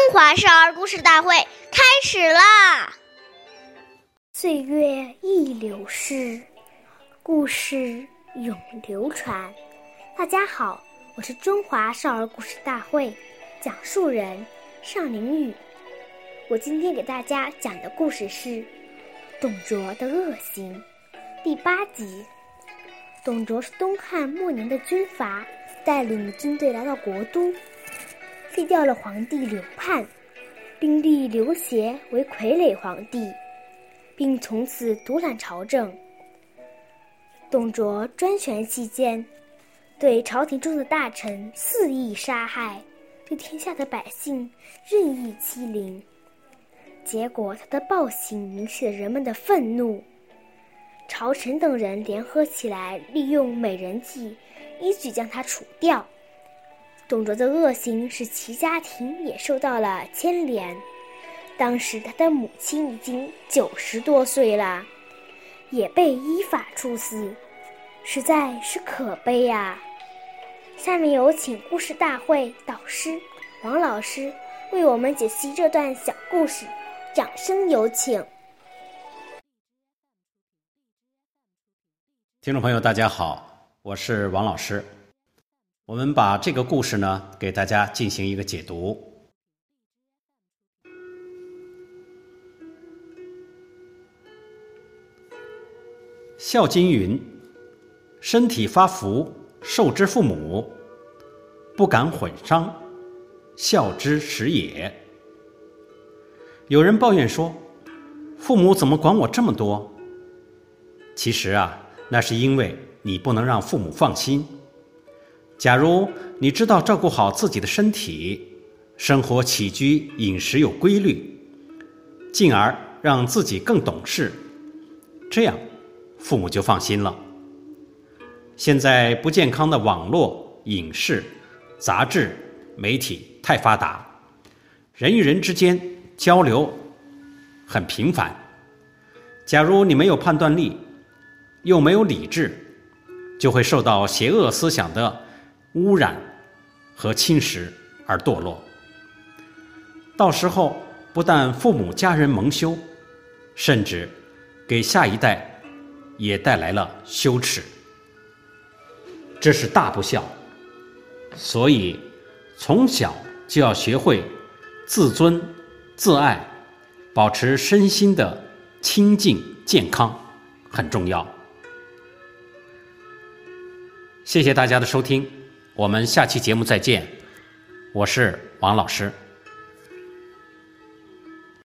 华少儿故事大会开始啦！ 岁月易流逝，故事永流传。大家好，我是中华少儿故事大会讲述人尚凌宇。我今天给大家讲的故事是董卓的恶行第8集。董卓是东汉末年的军阀，带领军队来到国都，废掉了皇帝刘盼，并立刘协为傀儡皇帝，并从此独揽朝政。董卓专权期间，对朝廷中的大臣肆意杀害，对天下的百姓任意欺凌。结果他的暴行引起了人们的愤怒，朝臣等人联合起来，利用美人计，一举将他除掉。董卓的恶行使其家庭也受到了牵连。当时他的母亲已经90多岁了，也被依法处死，实在是可悲啊！下面有请故事大会导师王老师为我们解析这段小故事，掌声有请。 听众朋友大家好，我是王老师。我们把这个故事呢给大家进行一个解读。孝经云：身体发福，受之父母，不敢毁伤，孝之始也。有人抱怨说，父母怎么管我这么多？其实啊，那是因为你不能让父母放心。假如你知道照顾好自己的身体，生活起居饮食有规律，进而让自己更懂事，这样父母就放心了。现在不健康的网络、影视、杂志、媒体太发达，人与人之间交流很频繁。假如你没有判断力，又没有理智，就会受到邪恶思想的污染和侵蚀而堕落。到时候不但父母家人蒙羞，甚至给下一代也带来了羞耻，这是大不孝。所以从小就要学会自尊自爱，保持身心的清净健康很重要。谢谢大家的收听，我们下期节目再见，我是王老师。